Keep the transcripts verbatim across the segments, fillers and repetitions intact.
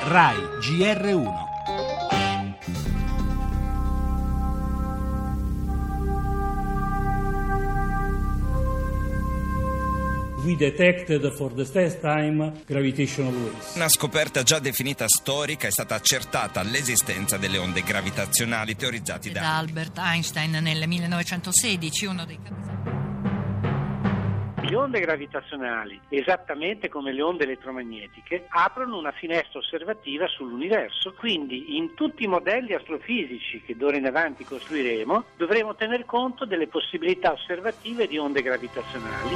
Rai G R uno. We detected for the first time gravitational waves. Una scoperta già definita storica, è stata accertata l'esistenza delle onde gravitazionali teorizzate da, da Albert Einstein nel millenovecentosedici, uno dei capisaldi. Le onde gravitazionali, esattamente come le onde elettromagnetiche, aprono una finestra osservativa sull'universo, quindi in tutti i modelli astrofisici che d'ora in avanti costruiremo dovremo tener conto delle possibilità osservative di onde gravitazionali.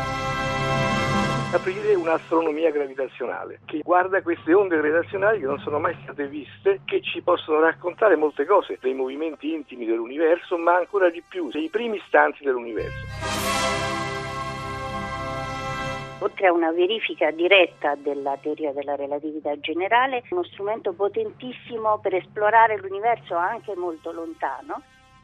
Aprire un'astronomia gravitazionale che guarda queste onde gravitazionali che non sono mai state viste, che ci possono raccontare molte cose dei movimenti intimi dell'universo, ma ancora di più dei primi istanti dell'universo. Oltre a una verifica diretta della teoria della relatività generale, uno strumento potentissimo per esplorare l'universo anche molto lontano.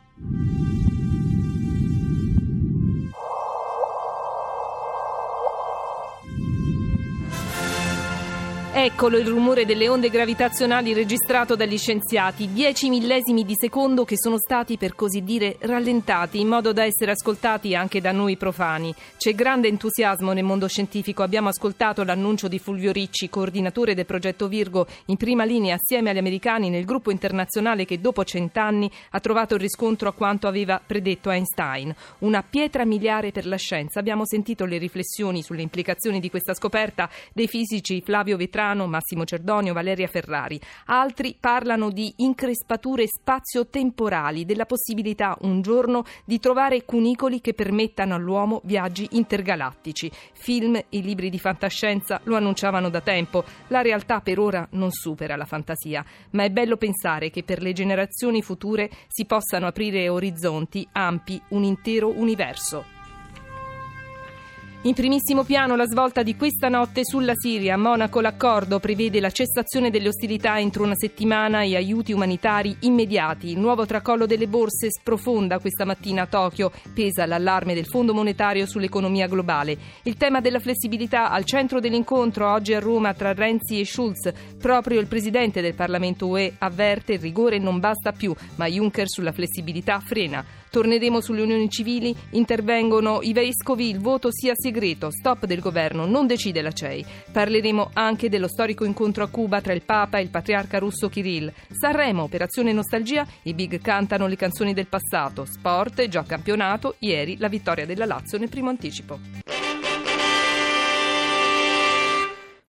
Eccolo il rumore delle onde gravitazionali registrato dagli scienziati, dieci millesimi di secondo che sono stati per così dire rallentati in modo da essere ascoltati anche da noi profani. C'è grande entusiasmo nel mondo scientifico, abbiamo ascoltato l'annuncio di Fulvio Ricci, coordinatore del progetto Virgo, in prima linea assieme agli americani nel gruppo internazionale che dopo cent'anni ha trovato il riscontro a quanto aveva predetto Einstein. Una pietra miliare per la scienza. Abbiamo sentito le riflessioni sulle implicazioni di questa scoperta dei fisici Flavio Vetrano, Massimo Cerdonio, Valeria Ferrari. Altri parlano di increspature spazio-temporali, della possibilità un giorno di trovare cunicoli che permettano all'uomo viaggi intergalattici. Film e libri di fantascienza lo annunciavano da tempo. La realtà per ora non supera la fantasia, ma è bello pensare che per le generazioni future si possano aprire orizzonti ampi, un intero universo. In primissimo piano la svolta di questa notte sulla Siria. A Monaco l'accordo prevede la cessazione delle ostilità entro una settimana e aiuti umanitari immediati. Il nuovo tracollo delle borse sprofonda questa mattina a Tokyo. Pesa l'allarme del Fondo Monetario sull'economia globale. Il tema della flessibilità al centro dell'incontro oggi a Roma tra Renzi e Schulz. Proprio il presidente del Parlamento U E avverte: il rigore non basta più, ma Juncker sulla flessibilità frena. Torneremo sulle unioni civili, intervengono i vescovi, il voto sia segreto, stop del governo, non decide la C E I. Parleremo anche dello storico incontro a Cuba tra il Papa e il patriarca russo Kirill. Sanremo, operazione nostalgia, i Big cantano le canzoni del passato. Sport, già campionato, ieri la vittoria della Lazio nel primo anticipo.